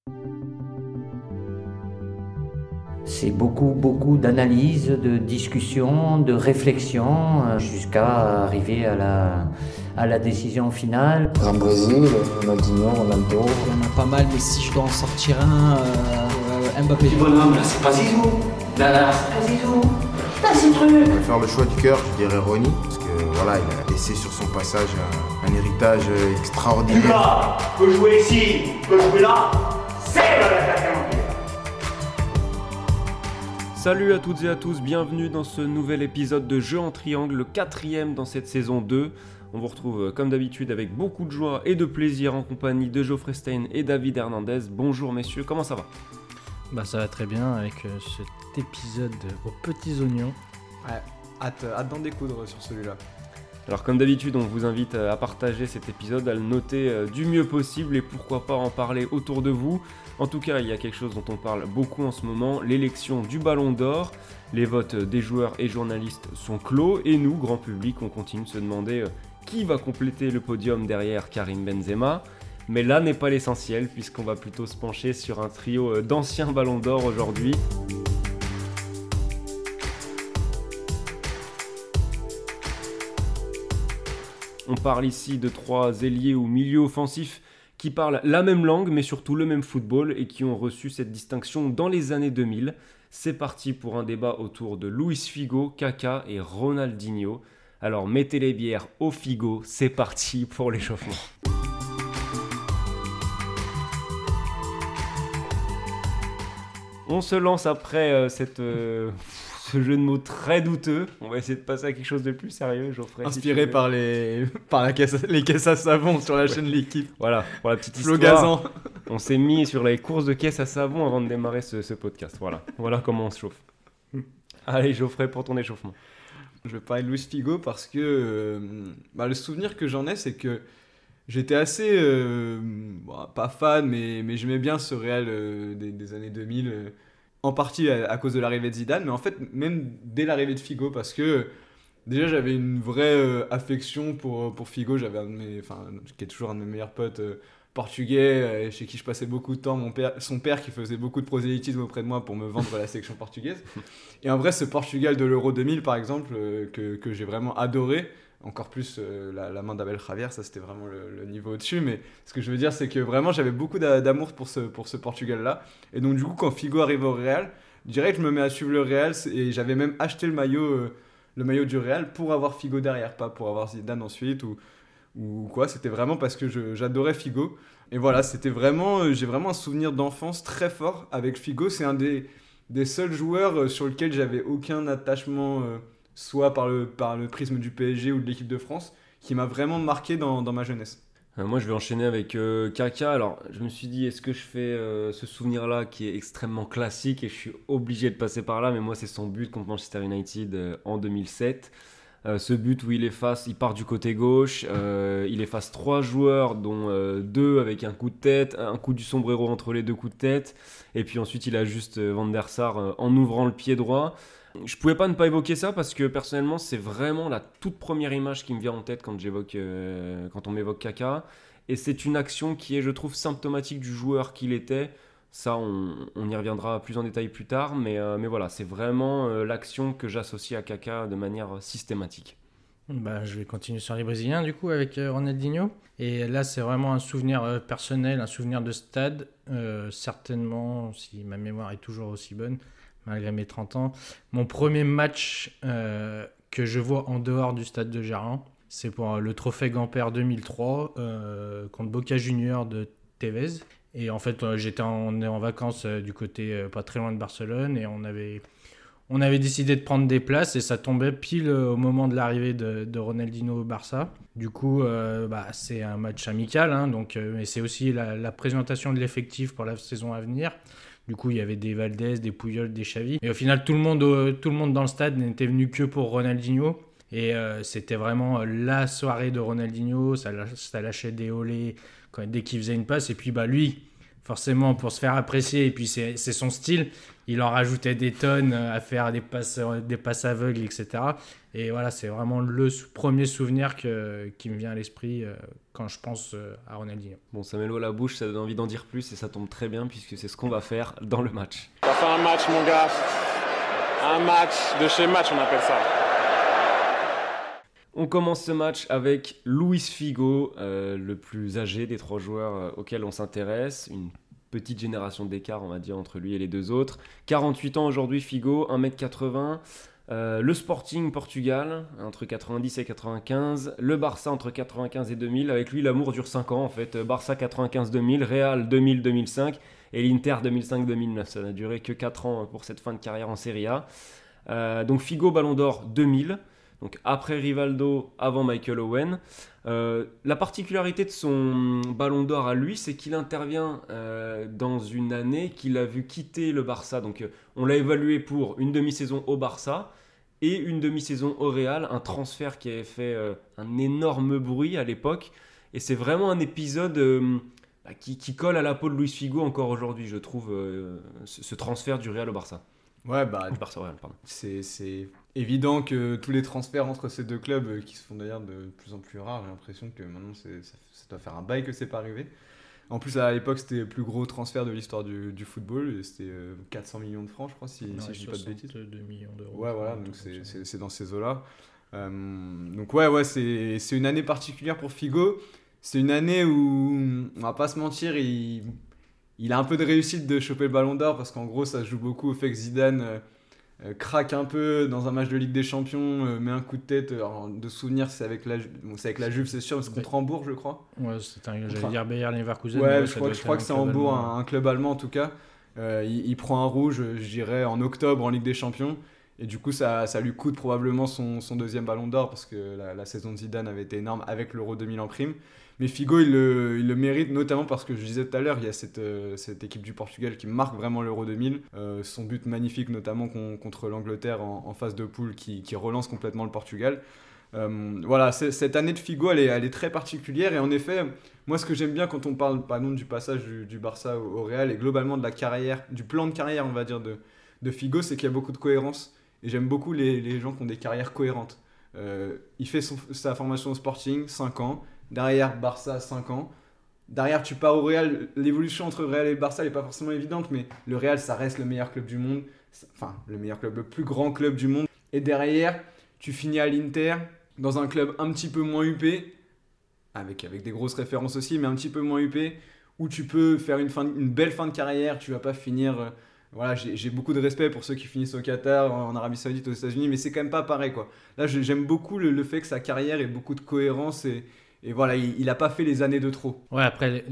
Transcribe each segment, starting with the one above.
C'est beaucoup d'analyse, de discussion, de réflexion, jusqu'à arriver à la décision finale. Dans le Brésil, Ronaldinho, Ronaldo. Il y en a pas mal, mais si je dois en sortir un, Mbappé. Du bonhomme, là, c'est pas Zizou. Là, c'est pas Zizou. Putain, c'est le truc. Je vais faire le choix du cœur, je dirais Ronny, parce que voilà, il a laissé sur son passage un héritage extraordinaire. Lucas peut jouer ici, peut jouer là. C'est l'attaquant. Salut à toutes et à tous, bienvenue dans ce nouvel épisode de Jeu en Triangle, le 4e dans cette saison 2. On vous retrouve comme d'habitude avec beaucoup de joie et de plaisir en compagnie de Geoffrey Stein et David Hernandez. Bonjour messieurs, comment ça va ? Ça va très bien avec cet épisode aux petits oignons. Ouais, hâte d'en découdre sur celui-là. Alors comme d'habitude, on vous invite à partager cet épisode, à le noter du mieux possible et pourquoi pas en parler autour de vous. En tout cas, il y a quelque chose dont on parle beaucoup en ce moment, l'élection du Ballon d'Or. Les votes des joueurs et journalistes sont clos et nous, grand public, on continue de se demander qui va compléter le podium derrière Karim Benzema. Mais là n'est pas l'essentiel puisqu'on va plutôt se pencher sur un trio d'anciens Ballons d'Or aujourd'hui. On parle ici de 3 ailiers ou milieux offensifs qui parlent la même langue mais surtout le même football et qui ont reçu cette distinction dans les années 2000. C'est parti pour un débat autour de Luis Figo, Kaka et Ronaldinho. Alors mettez les bières au Figo, c'est parti pour l'échauffement. On se lance après ce jeu de mots très douteux. On va essayer de passer à quelque chose de plus sérieux, Geoffrey. Inspiré par les caisses à savon sur la chaîne L'équipe. Voilà, pour la petite Flo histoire. Gazan. On s'est mis sur les courses de caisses à savon avant de démarrer ce podcast. Voilà comment on se chauffe. Allez, Geoffrey, pour ton échauffement. Je vais parler de Luis Figo parce que le souvenir que j'en ai, c'est que j'étais assez, pas fan, mais j'aimais bien ce Real des années 2000, en partie à cause de l'arrivée de Zidane, mais en fait, même dès l'arrivée de Figo, parce que déjà j'avais une vraie affection pour Figo, qui est toujours un de mes meilleurs potes portugais, chez qui je passais beaucoup de temps, son père qui faisait beaucoup de prosélytisme auprès de moi pour me vendre la sélection portugaise. Et en vrai, ce Portugal de l'Euro 2000, par exemple, que j'ai vraiment adoré, encore plus la main d'Abel Javier, ça c'était vraiment le niveau au-dessus, mais ce que je veux dire, c'est que vraiment j'avais beaucoup d'amour pour ce Portugal-là. Et donc du coup, quand Figo arrive au Real, direct je me mets à suivre le Real, et j'avais même acheté le maillot du Real pour avoir Figo derrière, pas pour avoir Zidane ensuite ou quoi. C'était vraiment parce que j'adorais Figo. Et voilà, j'ai vraiment un souvenir d'enfance très fort avec Figo. C'est un des seuls joueurs sur lequel j'avais aucun attachement, soit par le prisme du PSG ou de l'équipe de France, qui m'a vraiment marqué dans ma jeunesse. Moi, je vais enchaîner avec Kaka. Alors, je me suis dit, est-ce que je fais ce souvenir-là qui est extrêmement classique et je suis obligé de passer par là, mais moi, c'est son but contre Manchester United en 2007. Ce but où il part du côté gauche, il efface 3 joueurs, dont 2 avec un coup de tête, un coup du sombrero entre les 2 coups de tête, et puis ensuite il ajuste Van der Sar en ouvrant le pied droit. Je pouvais pas ne pas évoquer ça parce que personnellement c'est vraiment la toute première image qui me vient en tête quand on m'évoque Kaka, et c'est une action qui est, je trouve, symptomatique du joueur qu'il était. Ça, on y reviendra plus en détail plus tard, mais voilà, c'est vraiment l'action que j'associe à Kaka de manière systématique. Je vais continuer sur les Brésiliens du coup avec Ronaldinho. Et là, c'est vraiment un souvenir personnel, un souvenir de stade. Certainement, si ma mémoire est toujours aussi bonne, malgré mes 30 ans, mon premier match que je vois en dehors du stade de Gerland, c'est pour le trophée Gamper 2003 contre Boca Juniors de Tevez. Et en fait, on est en vacances du côté pas très loin de Barcelone, et on avait décidé de prendre des places, et ça tombait pile au moment de l'arrivée de Ronaldinho au Barça. Du coup, c'est un match amical, mais c'est aussi la présentation de l'effectif pour la saison à venir. Du coup, il y avait des Valdés, des Puyol, des Xavi. Et au final, tout le monde dans le stade n'était venu que pour Ronaldinho. Et c'était vraiment la soirée de Ronaldinho. Ça lâchait des olés dès qu'il faisait une passe. Et puis lui, forcément pour se faire apprécier, et puis c'est son style, il en rajoutait des tonnes à faire des passes aveugles, etc. Et voilà, c'est vraiment le premier souvenir qui me vient à l'esprit quand je pense à Ronaldinho. Bon, ça met l'eau à la bouche, ça donne envie d'en dire plus et ça tombe très bien puisque c'est ce qu'on va faire dans le match. On va faire un match, mon gars. Un match de chez match, on appelle ça. On commence ce match avec Luis Figo, le plus âgé des 3 joueurs auxquels on s'intéresse. Une petite génération d'écart, on va dire, entre lui et les 2 autres. 48 ans aujourd'hui, Figo, 1m80. Le Sporting Portugal, entre 90 et 95. Le Barça, entre 95 et 2000. Avec lui, l'amour dure 5 ans, en fait. Barça 95-2000, Real 2000-2005 et l'Inter 2005-2009. Ça n'a duré que 4 ans pour cette fin de carrière en Serie A. Donc Figo, Ballon d'Or 2000. Donc après Rivaldo, avant Michael Owen. La particularité de son Ballon d'Or à lui, c'est qu'il intervient dans une année qu'il a vu quitter le Barça. Donc on l'a évalué pour une demi-saison au Barça et une demi-saison au Real, un transfert qui avait fait un énorme bruit à l'époque. Et c'est vraiment un épisode qui colle à la peau de Luis Figo encore aujourd'hui, je trouve, ce transfert du Real au Barça. Ouais, Du Barça au Real, pardon. c'est évident que tous les transferts entre ces 2 clubs, qui se font d'ailleurs de plus en plus rares, j'ai l'impression que maintenant ça doit faire un bail que c'est pas arrivé. En plus, à l'époque, c'était le plus gros transfert de l'histoire du football, et c'était 400 millions de francs, je crois, si je dis pas de bêtises. 2 millions d'euros. Ouais, voilà, donc c'est dans ces eaux-là. Donc ouais, c'est une année particulière pour Figo. C'est une année où, on va pas se mentir, il a un peu de réussite de choper le Ballon d'Or, parce qu'en gros, ça se joue beaucoup au fait que Zidane craque un peu dans un match de Ligue des Champions, met un coup de tête. Alors, de souvenir, c'est avec la Juve, c'est sûr, c'est contre Hambourg, je crois. Ouais, j'allais dire Bayer Leverkusen. Ouais, je crois que c'est Hambourg, un club allemand en tout cas. Il prend un rouge, je dirais, en octobre en Ligue des Champions. Et du coup, ça lui coûte probablement son 2e Ballon d'Or, parce que la saison de Zidane avait été énorme avec l'Euro 2000 en prime. Mais Figo, il le mérite, notamment parce que je disais tout à l'heure, il y a cette équipe du Portugal qui marque vraiment l'Euro 2000. Son but magnifique, notamment contre l'Angleterre en phase de poule, qui relance complètement le Portugal. Voilà, cette année de Figo, elle est très particulière. Et en effet, moi, ce que j'aime bien quand on parle, par exemple, du passage du Barça au Real, et globalement de la carrière, du plan de carrière, on va dire, de Figo, c'est qu'il y a beaucoup de cohérence. Et j'aime beaucoup les gens qui ont des carrières cohérentes. Il fait sa formation au Sporting, 5 ans. Derrière, Barça, 5 ans. Derrière, tu pars au Real. L'évolution entre le Real et le Barça n'est pas forcément évidente, mais le Real, ça reste le meilleur club du monde. Enfin, le meilleur club, le plus grand club du monde. Et derrière, tu finis à l'Inter, dans un club un petit peu moins huppé, avec des grosses références aussi, mais un petit peu moins huppé, où tu peux faire une belle fin de carrière. Tu vas pas finir... Voilà, j'ai beaucoup de respect pour ceux qui finissent au Qatar, en Arabie Saoudite, aux États-Unis, mais c'est quand même pas pareil, quoi. Là, j'aime beaucoup le fait que sa carrière ait beaucoup de cohérence et voilà, il a pas fait les années de trop. Ouais, après,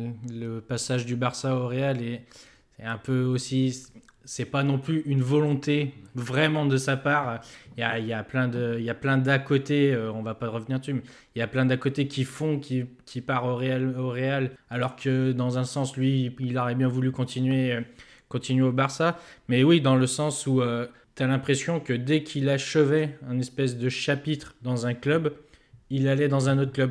le passage du Barça au Real c'est un peu aussi... C'est pas non plus une volonté vraiment de sa part. Il y a plein d'à côté, on va pas revenir dessus, mais il y a plein d'à côté qui font qui part au Real, alors que dans un sens, lui, il aurait bien voulu continuer au Barça. Mais oui, dans le sens où tu as l'impression que dès qu'il achevait un espèce de chapitre dans un club, il allait dans un autre club.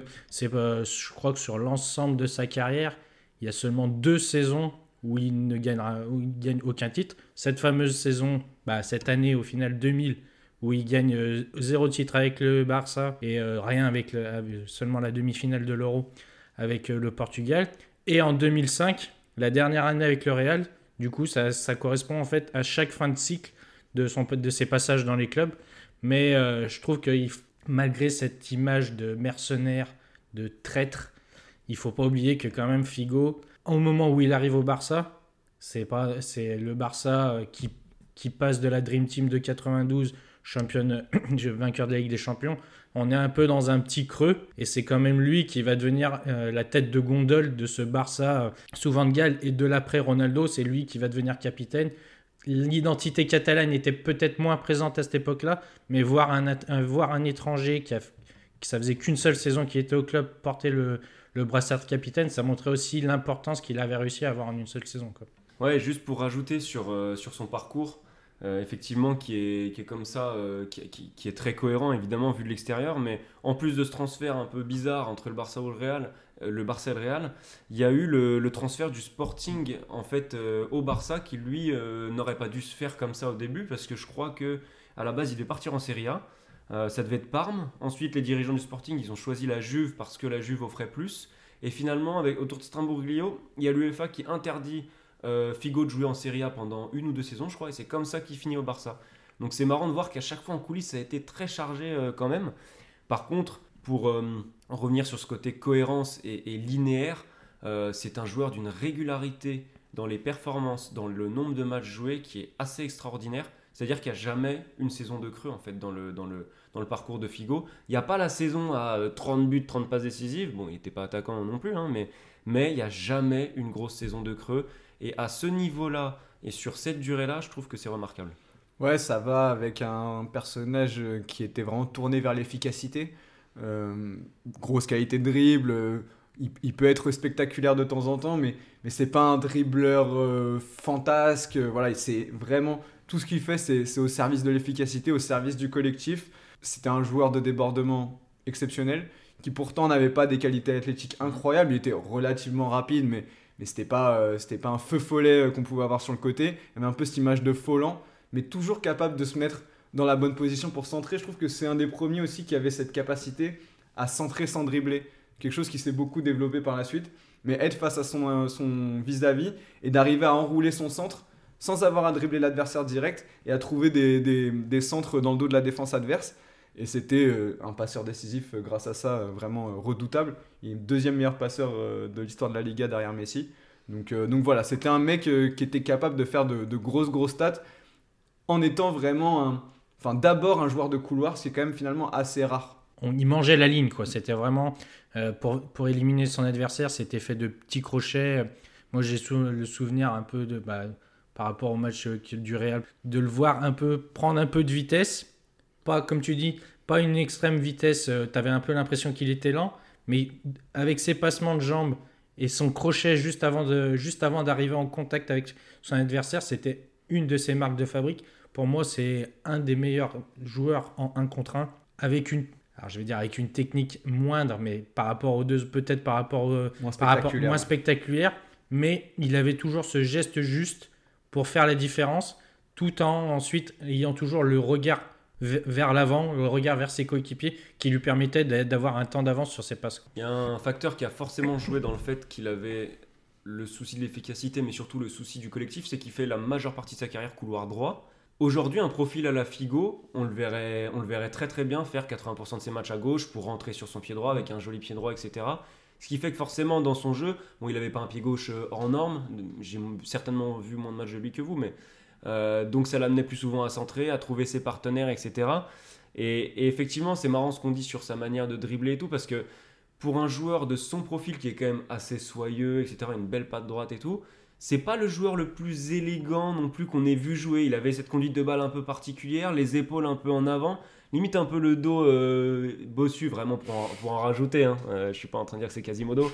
Je crois que sur l'ensemble de sa carrière, il y a seulement 2 saisons où il ne gagne aucun titre. Cette fameuse saison, cette année au final 2000, où il gagne 0 titre avec le Barça et rien avec seulement la demi-finale de l'Euro avec le Portugal. Et en 2005, la dernière année avec le Real, du coup ça correspond en fait à chaque fin de cycle de ses passages dans les clubs. Mais je trouve que malgré cette image de mercenaire, de traître, il ne faut pas oublier que quand même Figo, au moment où il arrive au Barça, c'est le Barça qui passe de la Dream Team de 92, championne, vainqueur de la Ligue des Champions. On est un peu dans un petit creux et c'est quand même lui qui va devenir la tête de gondole de ce Barça sous Van Gaal et de l'après Ronaldo. C'est lui qui va devenir capitaine. L'identité catalane était peut-être moins présente à cette époque-là, mais voir un étranger qui ça faisait qu'une seule saison qui était au club porter le brassard de capitaine, ça montrait aussi l'importance qu'il avait réussi à avoir en une seule saison, quoi. Ouais, juste pour rajouter sur son parcours, effectivement, qui est comme ça, qui est très cohérent, évidemment, vu de l'extérieur, mais en plus de ce transfert un peu bizarre entre le Barça ou le Real, le Barça et le Real, il y a eu le transfert du Sporting en fait au Barça qui lui n'aurait pas dû se faire comme ça au début parce que je crois que à la base il devait partir en Serie A. Ça devait être Parme. Ensuite, les dirigeants du Sporting, ils ont choisi la Juve parce que la Juve offrait plus. Et finalement, autour de Strasbourg-Glio, il y a l'UEFA qui interdit Figo de jouer en Serie A pendant 1 ou 2 saisons, je crois. Et c'est comme ça qu'il finit au Barça. Donc c'est marrant de voir qu'à chaque fois en coulisses, ça a été très chargé quand même. Par contre, pour revenir sur ce côté cohérence et linéaire, c'est un joueur d'une régularité dans les performances, dans le nombre de matchs joués qui est assez extraordinaire. C'est-à-dire qu'il n'y a jamais une saison de creux en fait, dans le parcours de Figo. Il n'y a pas la saison à 30 buts, 30 passes décisives. Bon, il n'était pas attaquant non plus, hein, mais il n'y a jamais une grosse saison de creux. Et à ce niveau-là et sur cette durée-là, je trouve que c'est remarquable. Ouais, ça va avec un personnage qui était vraiment tourné vers l'efficacité. Grosse qualité de dribble. Il peut être spectaculaire de temps en temps, mais c'est pas un dribbleur fantasque. Voilà, c'est vraiment... Tout ce qu'il fait, c'est au service de l'efficacité, au service du collectif. C'était un joueur de débordement exceptionnel, qui pourtant n'avait pas des qualités athlétiques incroyables. Il était relativement rapide, mais c'était pas un feu follet qu'on pouvait avoir sur le côté. Il avait un peu cette image de Folland, mais toujours capable de se mettre dans la bonne position pour centrer. Je trouve que c'est un des premiers aussi qui avait cette capacité à centrer sans dribbler. Quelque chose qui s'est beaucoup développé par la suite. Mais être face à son vis-à-vis et d'arriver à enrouler son centre sans avoir à dribbler l'adversaire direct et à trouver des centres dans le dos de la défense adverse. Et c'était un passeur décisif grâce à ça, vraiment redoutable. Il est le deuxième meilleur passeur de l'histoire de la Liga derrière Messi. Donc voilà, c'était un mec qui était capable de faire de grosses stats en étant vraiment, d'abord un joueur de couloir, ce qui est quand même finalement assez rare. Il mangeait la ligne, quoi. C'était vraiment, pour éliminer son adversaire, c'était fait de petits crochets. Moi, j'ai le souvenir un peu par rapport au match du Real, de le voir prendre un peu de vitesse. Pas, comme tu dis, pas une extrême vitesse. Tu avais un peu l'impression qu'il était lent, mais avec ses passements de jambes et son crochet juste avant d'arriver en contact avec son adversaire, c'était une de ses marques de fabrique. Pour moi, c'est un des meilleurs joueurs en 1 contre 1 avec une technique moindre, mais par rapport aux deux, peut-être moins spectaculaire, mais il avait toujours ce geste juste pour faire la différence, tout en ensuite ayant toujours le regard vers l'avant, le regard vers ses coéquipiers, qui lui permettait d'avoir un temps d'avance sur ses passes. Il y a un facteur qui a forcément joué dans le fait qu'il avait le souci de l'efficacité, mais surtout le souci du collectif, c'est qu'il fait la majeure partie de sa carrière couloir droit. Aujourd'hui, un profil à la Figo, on le verrait très très bien faire 80% de ses matchs à gauche pour rentrer sur son pied droit avec un joli pied droit, etc. Ce qui fait que forcément dans son jeu, il n'avait pas un pied gauche hors norme, j'ai certainement vu moins de matchs de lui que vous, mais donc ça l'amenait plus souvent à centrer, à trouver ses partenaires, etc. Et effectivement, c'est marrant ce qu'on dit sur sa manière de dribbler et tout, parce que pour un joueur de son profil qui est quand même assez soyeux, etc., une belle patte droite et tout, c'est pas le joueur le plus élégant non plus qu'on ait vu jouer. Il avait cette conduite de balle un peu particulière, les épaules un peu en avant, limite un peu le dos bossu, vraiment pour en rajouter. Hein. Je suis pas en train de dire que c'est Quasimodo,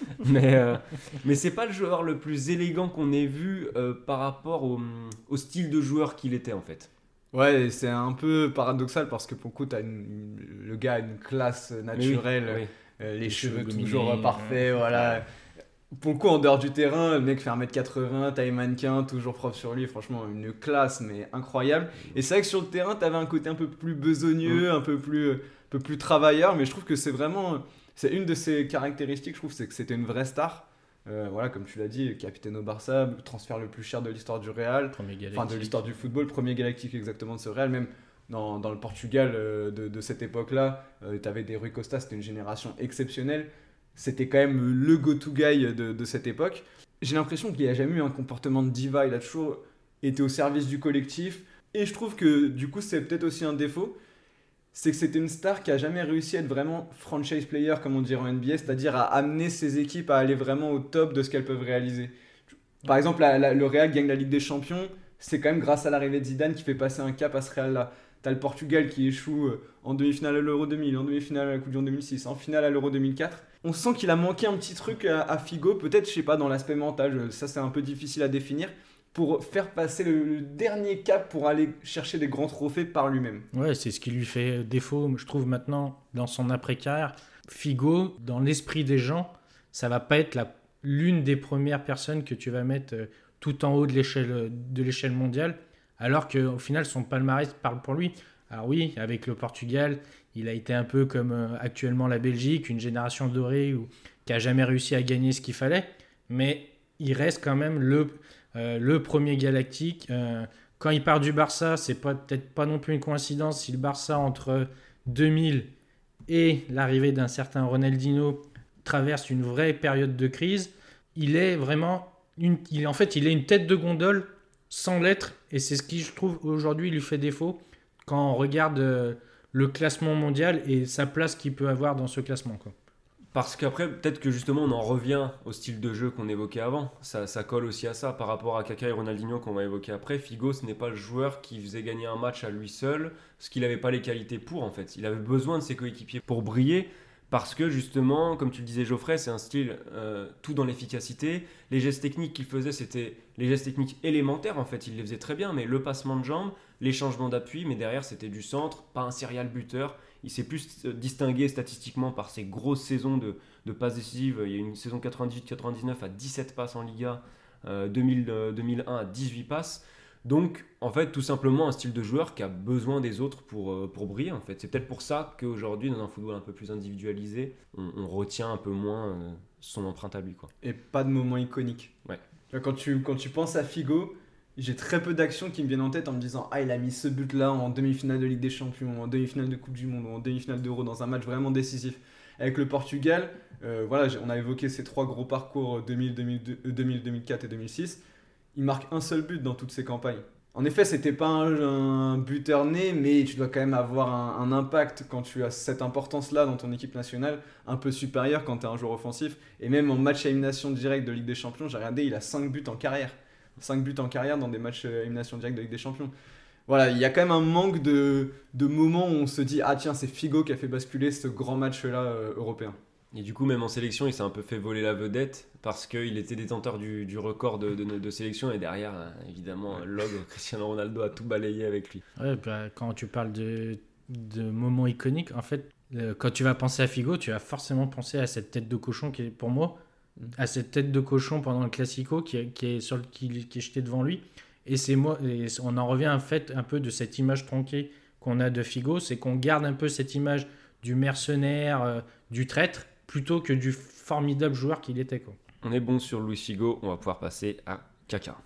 mais c'est pas le joueur le plus élégant qu'on ait vu par rapport au style de joueur qu'il était en fait. Ouais, c'est un peu paradoxal parce que pour le coup, le gars a une classe naturelle, les cheveux toujours parfaits, voilà. Pour le coup, en dehors du terrain, le mec fait 1m80, taille mannequin, toujours propre sur lui. Franchement, une classe, mais incroyable. Et c'est vrai que sur le terrain, t'avais un côté un peu plus besogneux, un peu plus travailleur. Mais je trouve que c'est une de ses caractéristiques, je trouve, c'est que c'était une vraie star. Voilà, comme tu l'as dit, capitaine au Barça, le transfert le plus cher de l'histoire du Real. De l'histoire du football, premier galactique exactement de ce Real. Même dans le Portugal de cette époque-là, t'avais des Rui Costa, c'était une génération exceptionnelle. C'était quand même le go-to guy de cette époque. J'ai l'impression qu'il n'a jamais eu un comportement de diva. Il a toujours été au service du collectif. Et je trouve que du coup, c'est peut-être aussi un défaut. C'est que c'était une star qui n'a jamais réussi à être vraiment franchise player, comme on dirait en NBA, c'est-à-dire à amener ses équipes à aller vraiment au top de ce qu'elles peuvent réaliser. Par exemple, le Real gagne la Ligue des Champions. C'est quand même grâce à l'arrivée de Zidane qui fait passer un cap à ce Real-là. T'as le Portugal qui échoue en demi-finale à l'Euro 2000, en demi-finale à la Coupe du Monde 2006, en finale à l'Euro 2004. On sent qu'il a manqué un petit truc à Figo, peut-être, je sais pas, dans l'aspect mental, ça c'est un peu difficile à définir, pour faire passer le dernier cap pour aller chercher des grands trophées par lui-même. Ouais, c'est ce qui lui fait défaut, je trouve, maintenant, dans son après-carrière. Figo, dans l'esprit des gens, ça va pas être l'une des premières personnes que tu vas mettre tout en haut de l'échelle mondiale, alors qu'au final, son palmarès parle pour lui. Alors oui, avec le Portugal, il a été un peu comme actuellement la Belgique, une génération dorée qui n'a jamais réussi à gagner ce qu'il fallait, mais il reste quand même le premier galactique. Quand il part du Barça, c'est peut-être pas non plus une coïncidence si le Barça, entre 2000 et l'arrivée d'un certain Ronaldinho, traverse une vraie période de crise. Il est vraiment il est une tête de gondole sans l'être, et c'est ce qui, je trouve, aujourd'hui lui fait défaut quand on regarde le classement mondial et sa place qu'il peut avoir dans ce classement, quoi. Parce qu'après, peut-être que justement, on en revient au style de jeu qu'on évoquait avant. Ça colle aussi à ça. Par rapport à Kaka et Ronaldinho qu'on va évoquer après, Figo, ce n'est pas le joueur qui faisait gagner un match à lui seul, parce qu'il n'avait pas les qualités pour, en fait. Il avait besoin de ses coéquipiers pour briller, parce que justement, comme tu le disais Geoffrey, c'est un style tout dans l'efficacité. Les gestes techniques qu'il faisait, c'était les gestes techniques élémentaires, en fait. Il les faisait très bien, mais le passement de jambes, les changements d'appui, mais derrière, c'était du centre, pas un serial buteur. Il s'est plus distingué statistiquement par ses grosses saisons de passes décisives. Il y a une saison 98-99 à 17 passes en Liga, 2001 à 18 passes. Donc, en fait, tout simplement un style de joueur qui a besoin des autres pour briller, en fait. C'est peut-être pour ça qu'aujourd'hui, dans un football un peu plus individualisé, on retient un peu moins son empreinte à lui, quoi. Et pas de moment iconique. Ouais. Quand tu penses à Figo, j'ai très peu d'actions qui me viennent en tête en me disant « Ah, il a mis ce but-là en demi-finale de Ligue des Champions, en demi-finale de Coupe du Monde, en demi-finale d'Euro, dans un match vraiment décisif. » Avec le Portugal, on a évoqué ces 3 gros parcours 2000, 2004 et 2006. Il marque un seul but dans toutes ces campagnes. En effet, c'était pas un buteur né, mais tu dois quand même avoir un impact quand tu as cette importance-là dans ton équipe nationale, un peu supérieur quand tu es un joueur offensif. Et même en match à élimination directe de Ligue des Champions, j'ai regardé, il a 5 buts en carrière. 5 buts en carrière dans des matchs à élimination directe de Ligue des Champions. Voilà, il y a quand même un manque de moments où on se dit « Ah tiens, c'est Figo qui a fait basculer ce grand match-là européen ». Et du coup, même en sélection, il s'est un peu fait voler la vedette parce qu'il était détenteur du record de sélection, et derrière, évidemment, l'ogre Cristiano Ronaldo a tout balayé avec lui. Ouais, quand tu parles de moments iconiques, en fait, quand tu vas penser à Figo, tu vas forcément penser à cette tête de cochon qui est, pour moi, à cette tête de cochon pendant le Classico qui est jetée devant lui. Et on en revient en fait un peu de cette image tronquée qu'on a de Figo, c'est qu'on garde un peu cette image du mercenaire, du traître, plutôt que du formidable joueur qu'il était, quoi. On est bon sur Luis Figo, on va pouvoir passer à Kaka.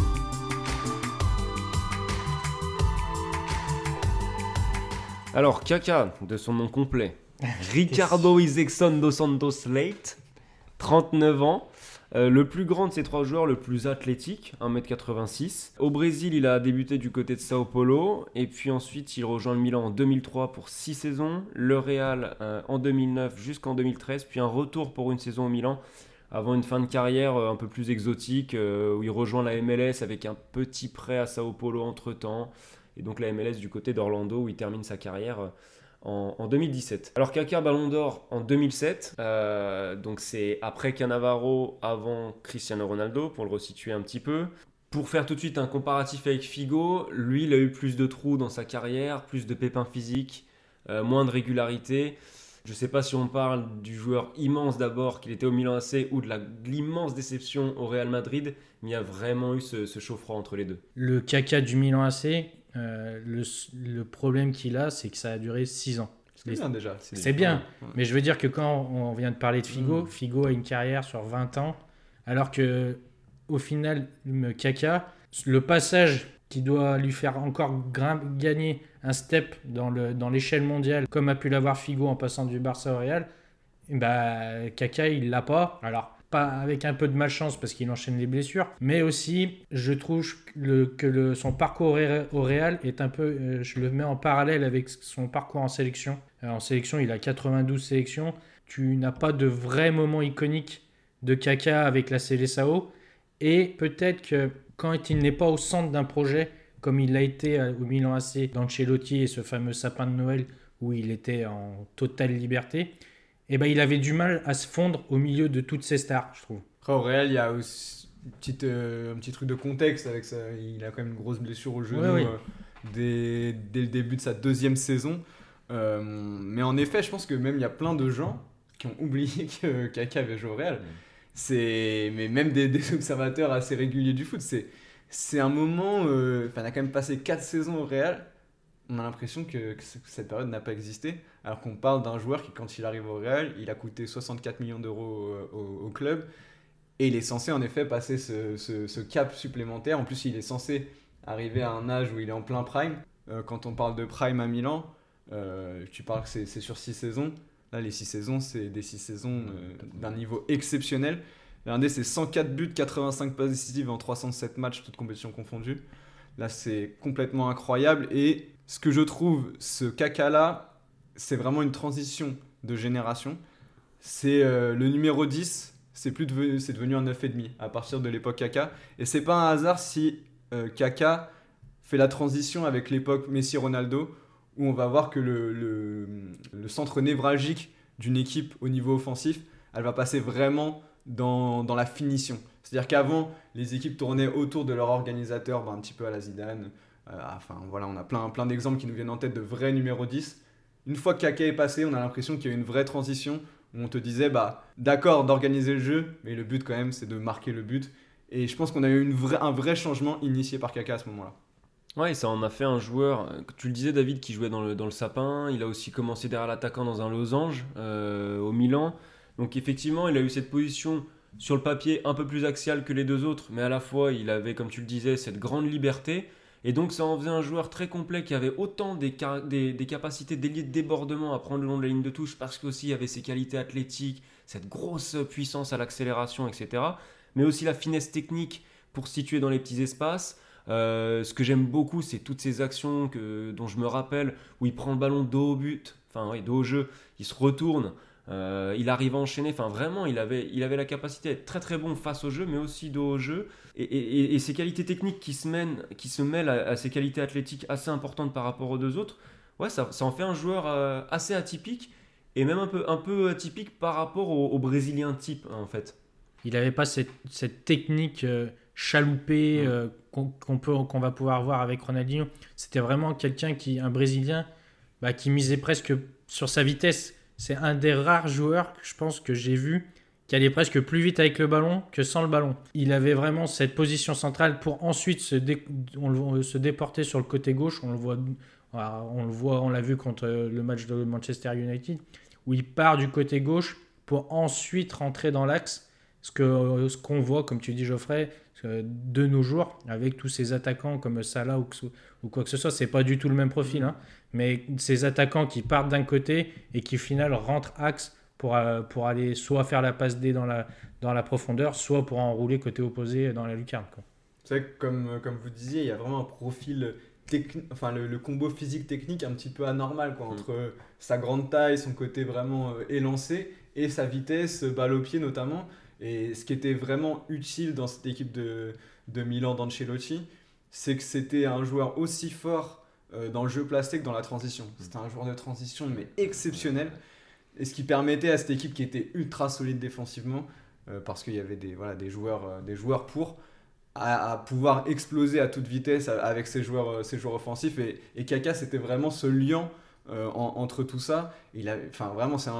Alors, Kaka, de son nom complet, Ricardo Izexon dos Santos Leite, 39 ans, le plus grand de ces 3 joueurs, le plus athlétique, 1m86. Au Brésil, il a débuté du côté de Sao Paulo, et puis ensuite il rejoint le Milan en 2003 pour 6 saisons, le Real en 2009 jusqu'en 2013, puis un retour pour une saison au Milan, avant une fin de carrière un peu plus exotique, où il rejoint la MLS avec un petit prêt à Sao Paulo entre-temps, et donc la MLS du côté d'Orlando, où il termine sa carrière en 2017. Alors Kaka, Ballon d'Or en 2007, donc c'est après Cannavaro, avant Cristiano Ronaldo, pour le resituer un petit peu. Pour faire tout de suite un comparatif avec Figo, lui il a eu plus de trous dans sa carrière, plus de pépins physiques, moins de régularité. Je ne sais pas si on parle du joueur immense d'abord qu'il était au Milan AC ou de l'immense déception au Real Madrid, mais il y a vraiment eu ce chaud-froid entre les deux. Le Kaka du Milan AC, le problème qu'il a, c'est que ça a duré 6 ans. C'est bien déjà. C'est bien, mais je veux dire que quand on vient de parler de Figo, Figo a une carrière sur 20 ans, alors que au final, Kaka, le passage qui doit lui faire encore gagner un step dans l'échelle mondiale, comme a pu l'avoir Figo en passant du Barça au Real, Kaka, il l'a pas. Alors, pas avec un peu de malchance parce qu'il enchaîne les blessures, mais aussi, je trouve que son parcours au Real est un peu, je le mets en parallèle avec son parcours en sélection. En sélection, il a 92 sélections. Tu n'as pas de vrai moment iconique de Kaka avec la Seleção, et peut-être que quand il n'est pas au centre d'un projet, comme il l'a été au Milan AC d'Ancelotti et ce fameux sapin de Noël où il était en totale liberté, il avait du mal à se fondre au milieu de toutes ces stars, je trouve. Après, au Real, il y a aussi un petit truc de contexte avec ça. Il a quand même une grosse blessure au genou dès le début de sa 2e saison. Mais en effet, je pense que même il y a plein de gens qui ont oublié que Kaka avait joué au Real. Mais même des observateurs assez réguliers du foot, c'est un moment... on a quand même passé 4 saisons au Real. On a l'impression que cette période n'a pas existé, alors qu'on parle d'un joueur qui, quand il arrive au Real, il a coûté 64 millions d'euros au club, et il est censé en effet passer ce cap supplémentaire. En plus, il est censé arriver à un âge où il est en plein prime. Quand on parle de prime à Milan, tu parles que c'est sur 6 saisons. Là, les 6 saisons, c'est des 6 saisons d'un niveau exceptionnel. Regardez, c'est 104 buts, 85 passes décisives en 307 matchs, toutes compétitions confondues. Là, c'est complètement incroyable. Et ce que je trouve, ce Kaka-là, c'est vraiment une transition de génération. C'est le numéro 10, c'est devenu un 9,5 à partir de l'époque Kaka. Et c'est pas un hasard si Kaka fait la transition avec l'époque Messi-Ronaldo, où on va voir que le centre névralgique d'une équipe au niveau offensif, elle va passer vraiment dans la finition. C'est-à-dire qu'avant, les équipes tournaient autour de leur organisateur, un petit peu à la Zidane. On a plein d'exemples qui nous viennent en tête de vrais numéros 10. Une fois que Kaka est passé, on a l'impression qu'il y a eu une vraie transition où on te disait, d'accord d'organiser le jeu, mais le but quand même, c'est de marquer le but. Et je pense qu'on a eu un vrai changement initié par Kaka à ce moment-là. Ouais, ça en a fait un joueur, tu le disais David, qui jouait dans le sapin. Il a aussi commencé derrière l'attaquant dans un losange au Milan. Donc effectivement, il a eu cette position sur le papier un peu plus axiale que les deux autres, mais à la fois il avait, comme tu le disais, cette grande liberté. Et donc ça en faisait un joueur très complet qui avait autant des capacités d'ailier de débordement à prendre le long de la ligne de touche, parce qu'aussi il avait ses qualités athlétiques, cette grosse puissance à l'accélération, etc. Mais aussi la finesse technique pour se situer dans les petits espaces. Ce que j'aime beaucoup, c'est toutes ces actions dont je me rappelle, où il prend le ballon dos au but, dos au jeu, il se retourne, il arrive à enchaîner. Vraiment, il avait la capacité à être très très bon face au jeu, mais aussi dos au jeu. Et ses qualités techniques qui se mêlent à ses qualités athlétiques assez importantes par rapport aux deux autres, ouais, ça en fait un joueur assez atypique, et même un peu atypique par rapport au Brésilien type, en fait. Il n'avait pas cette technique chaloupée qu'on va pouvoir voir avec Ronaldinho. C'était vraiment un Brésilien qui misait presque sur sa vitesse. C'est un des rares joueurs que je pense que j'ai vu qui allait presque plus vite avec le ballon que sans le ballon. Il avait vraiment cette position centrale pour ensuite se déporter sur le côté gauche. On l'a vu contre le match de Manchester United, où il part du côté gauche pour ensuite rentrer dans l'axe. Ce qu'on voit, comme tu dis Geoffrey, de nos jours, avec tous ces attaquants comme Salah ou quoi que ce soit, c'est pas du tout le même profil, hein, mais ces attaquants qui partent d'un côté et qui au final rentrent axe pour aller soit faire la passe D dans la profondeur, soit pour enrouler côté opposé dans la lucarne, quoi. C'est vrai que comme vous disiez, il y a vraiment un profil technique, le combo physique technique un petit peu anormal, quoi, entre sa grande taille, son côté vraiment élancé, et sa vitesse, balle au pied notamment. Et ce qui était vraiment utile dans cette équipe de Milan d'Ancelotti, c'est que c'était un joueur aussi fort dans le jeu placé que dans la transition. C'était un joueur de transition mais exceptionnel, et ce qui permettait à cette équipe qui était ultra solide défensivement, parce qu'il y avait des joueurs pour à pouvoir exploser à toute vitesse avec ces joueurs offensifs, et Kaka, c'était vraiment ce lien entre tout ça. Vraiment, c'est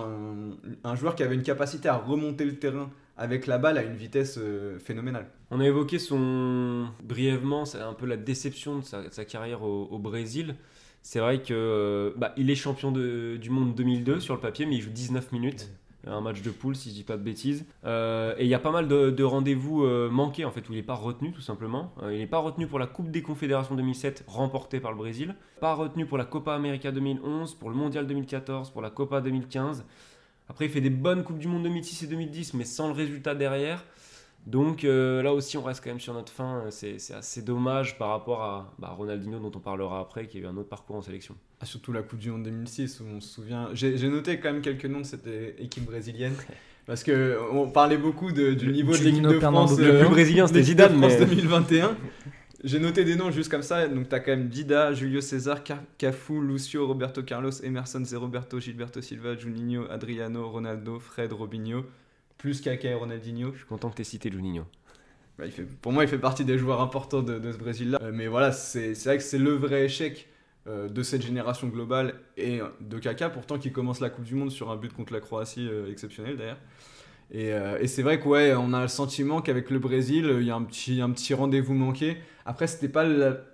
un joueur qui avait une capacité à remonter le terrain avec la balle à une vitesse phénoménale. On a évoqué brièvement, c'est un peu la déception de sa carrière au Brésil. C'est vrai que il est champion du monde 2002 sur le papier, mais il joue 19 minutes. Un match de poule, si je dis pas de bêtises. Et il y a pas mal de rendez-vous manqués, en fait, où il n'est pas retenu, tout simplement. Il n'est pas retenu pour la Coupe des Confédérations 2007, remportée par le Brésil. Pas retenu pour la Copa América 2011, pour le Mondial 2014, pour la Copa 2015. Après, il fait des bonnes Coupes du Monde 2006 et 2010, mais sans le résultat derrière. Donc là aussi, on reste quand même sur notre fin. C'est assez dommage par rapport à Ronaldinho, dont on parlera après, qui a eu un autre parcours en sélection. Surtout la Coupe du Monde 2006, où on se souvient... J'ai noté quand même quelques noms de cette équipe brésilienne, parce qu'on parlait beaucoup du niveau de l'équipe de France. Le plus brésilien, c'était Zidane, mais... 2021. J'ai noté des noms juste comme ça. Donc tu as quand même Dida, Julio César, Cafu, Lucio, Roberto Carlos, Emerson, Zé Roberto, Gilberto Silva, Juninho, Adriano, Ronaldo, Fred, Robinho, plus Kaka et Ronaldinho. Je suis content que tu aies cité Juninho. Pour moi, il fait partie des joueurs importants de ce Brésil-là. Mais voilà, c'est vrai que c'est le vrai échec de cette génération globale et de Kaka, pourtant qui commence la Coupe du Monde sur un but contre la Croatie exceptionnel d'ailleurs. Et c'est vrai qu'on a le sentiment qu'avec le Brésil, il y a un petit rendez-vous manqué. Après, c'était pas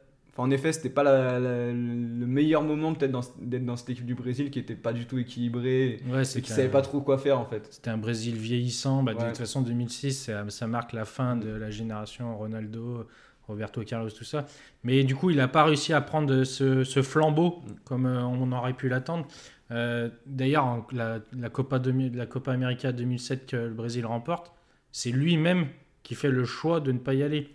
le meilleur moment peut-être d'être dans cette équipe du Brésil qui était pas du tout équilibrée et qui savait pas trop quoi faire en fait. C'était un Brésil vieillissant. De toute façon, 2006, ça marque la fin de la génération Ronaldo, Roberto Carlos, tout ça. Mais du coup, il n'a pas réussi à prendre ce flambeau comme on aurait pu l'attendre. D'ailleurs, la Copa América 2007 que le Brésil remporte, c'est lui-même qui fait le choix de ne pas y aller.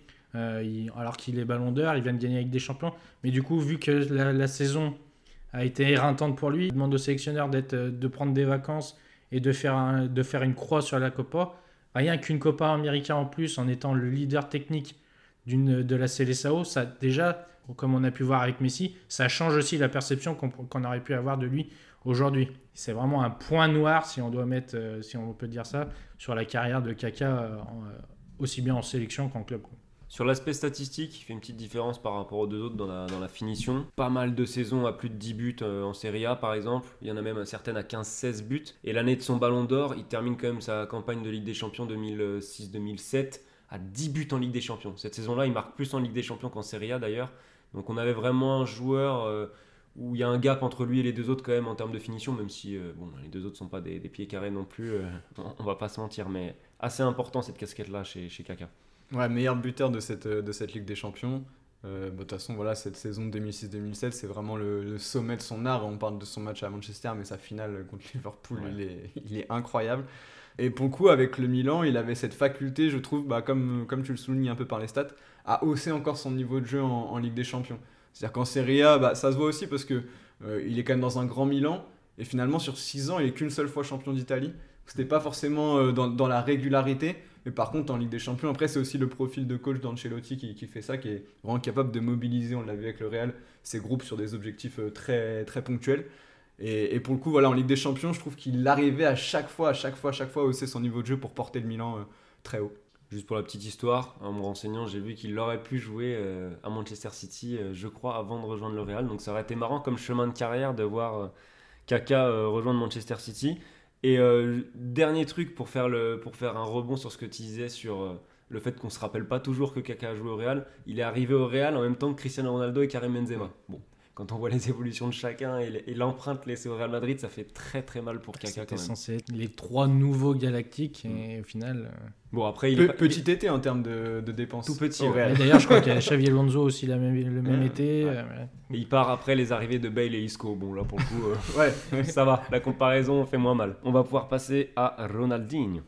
Alors qu'il est Ballon d'Or, il vient de gagner avec des champions. Mais du coup, vu que la saison a été éreintante pour lui, il demande au sélectionneur de prendre des vacances et de faire une croix sur la Copa. Rien qu'une Copa América en plus, en étant le leader technique de la Seleção, ça déjà, comme on a pu voir avec Messi, ça change aussi la perception qu'on aurait pu avoir de lui aujourd'hui. C'est vraiment un point noir, si on peut dire ça, sur la carrière de Kaka, aussi bien en sélection qu'en club. Sur l'aspect statistique, il fait une petite différence par rapport aux deux autres dans la finition. Pas mal de saisons à plus de 10 buts en Serie A par exemple. Il y en a même certaines à 15-16 buts. Et l'année de son Ballon d'Or, il termine quand même sa campagne de Ligue des Champions 2006-2007 à 10 buts en Ligue des Champions. Cette saison-là, il marque plus en Ligue des Champions qu'en Serie A d'ailleurs. Donc on avait vraiment un joueur où il y a un gap entre lui et les deux autres quand même en termes de finition, même si les deux autres ne sont pas des pieds carrés non plus, on va pas se mentir. Mais assez important cette casquette-là chez Kaka. Ouais, meilleur buteur de cette Ligue des Champions. De toute façon, voilà, cette saison 2006-2007, c'est vraiment le sommet de son art. On parle de son match à Manchester, mais sa finale contre Liverpool, il est incroyable. Et pour le coup, avec le Milan, il avait cette faculté, je trouve, comme tu le soulignes un peu par les stats, à hausser encore son niveau de jeu en Ligue des Champions. C'est-à-dire qu'en Serie A, ça se voit aussi parce que il est quand même dans un grand Milan. Et finalement, sur 6 ans, il n'est qu'une seule fois champion d'Italie. C'était pas forcément dans la régularité. Mais par contre, en Ligue des Champions, après, c'est aussi le profil de coach d'Ancelotti qui fait ça, qui est vraiment capable de mobiliser, on l'a vu avec le Real, ses groupes sur des objectifs très, très ponctuels. Et pour le coup, voilà, en Ligue des Champions, je trouve qu'il arrivait à chaque fois à hausser son niveau de jeu pour porter le Milan très haut. Juste pour la petite histoire, en me renseignant, j'ai vu qu'il aurait pu jouer à Manchester City, je crois, avant de rejoindre le Real. Donc ça aurait été marrant comme chemin de carrière de voir Kaka rejoindre Manchester City. Et dernier truc pour faire un rebond sur ce que tu disais sur le fait qu'on ne se rappelle pas toujours que Kaka a joué au Real. Il est arrivé au Real en même temps que Cristiano Ronaldo et Karim Benzema. Bon, quand on voit les évolutions de chacun et l'empreinte laissée au Real Madrid, ça fait très très mal pour Kaka. C'était censé être les 3 nouveaux galactiques et au final... Bon, après, petit été en termes de dépenses. Tout petit, au Real. Et d'ailleurs, je crois qu'il y a Xavi Alonso aussi le même été. Ouais. Et il part après les arrivées de Bale et Isco. Bon, là, pour le coup, ça va. La comparaison fait moins mal. On va pouvoir passer à Ronaldinho.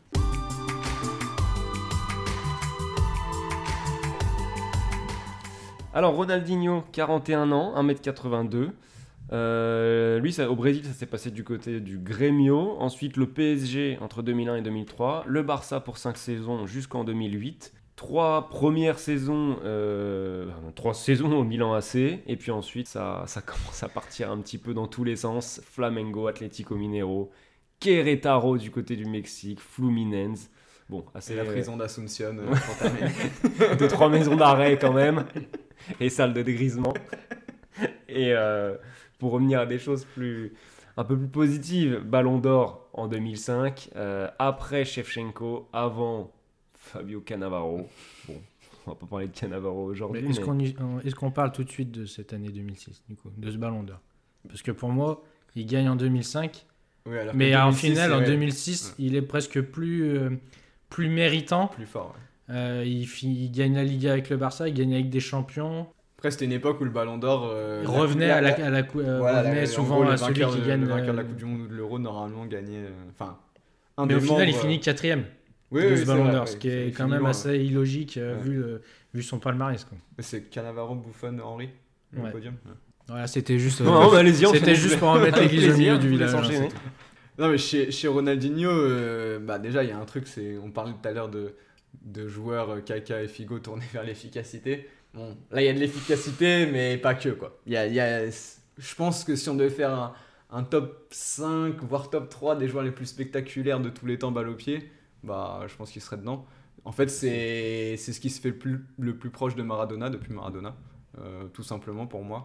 Alors, Ronaldinho, 41 ans, 1m82. Lui, au Brésil, ça s'est passé du côté du Grêmio. Ensuite, le PSG entre 2001 et 2003. Le Barça pour 5 saisons jusqu'en 2008. 3 saisons au Milan AC. Et puis ensuite, ça commence à partir un petit peu dans tous les sens. Flamengo, Atlético Mineiro, Querétaro du côté du Mexique, Fluminense. Bon, assez la prison d'Asunción. 2-3 maisons d'arrêt quand même. Et salle de dégrisement. Et pour revenir à des choses un peu plus positives, Ballon d'Or en 2005, après Shevchenko, avant Fabio Cannavaro. Bon, on va pas parler de Cannavaro aujourd'hui. Est-ce qu'on parle tout de suite de cette année 2006, du coup, de ce Ballon d'Or? Parce que pour moi, il gagne en 2005, mais en finale, en 2006, il est presque plus méritant. Plus fort, il gagne la Liga avec le Barça, il gagne avec des champions. Après, c'était une époque où le Ballon d'Or revenait souvent à celui qui gagne. Le vainqueur de la Coupe du Monde ou de l'Euro, normalement, gagnait. Mais au final, il finit 4ème de ce Ballon d'Or, ce qui est quand même assez illogique vu son palmarès. C'est Cannavaro, Buffon, Henry, le podium. Voilà, c'était juste. C'était juste pour en mettre l'église au milieu du village. Non, mais chez Ronaldinho, déjà, il y a un truc, on parlait tout à l'heure de joueurs Kaka et Figo tournés vers l'efficacité. Bon, là, il y a de l'efficacité, mais pas que, quoi. Je pense que si on devait faire un top 5, voire top 3 des joueurs les plus spectaculaires de tous les temps balle au pied, je pense qu'il serait dedans. En fait, c'est ce qui se fait le plus proche de Maradona, depuis Maradona, tout simplement pour moi.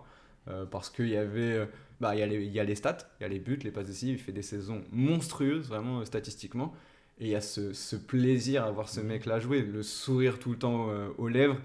parce qu'il y avait... il y a les stats, il y a les buts, les passes décisives, il fait des saisons monstrueuses, vraiment statistiquement. Et il y a ce plaisir à voir ce mec-là jouer, le sourire tout le temps aux lèvres.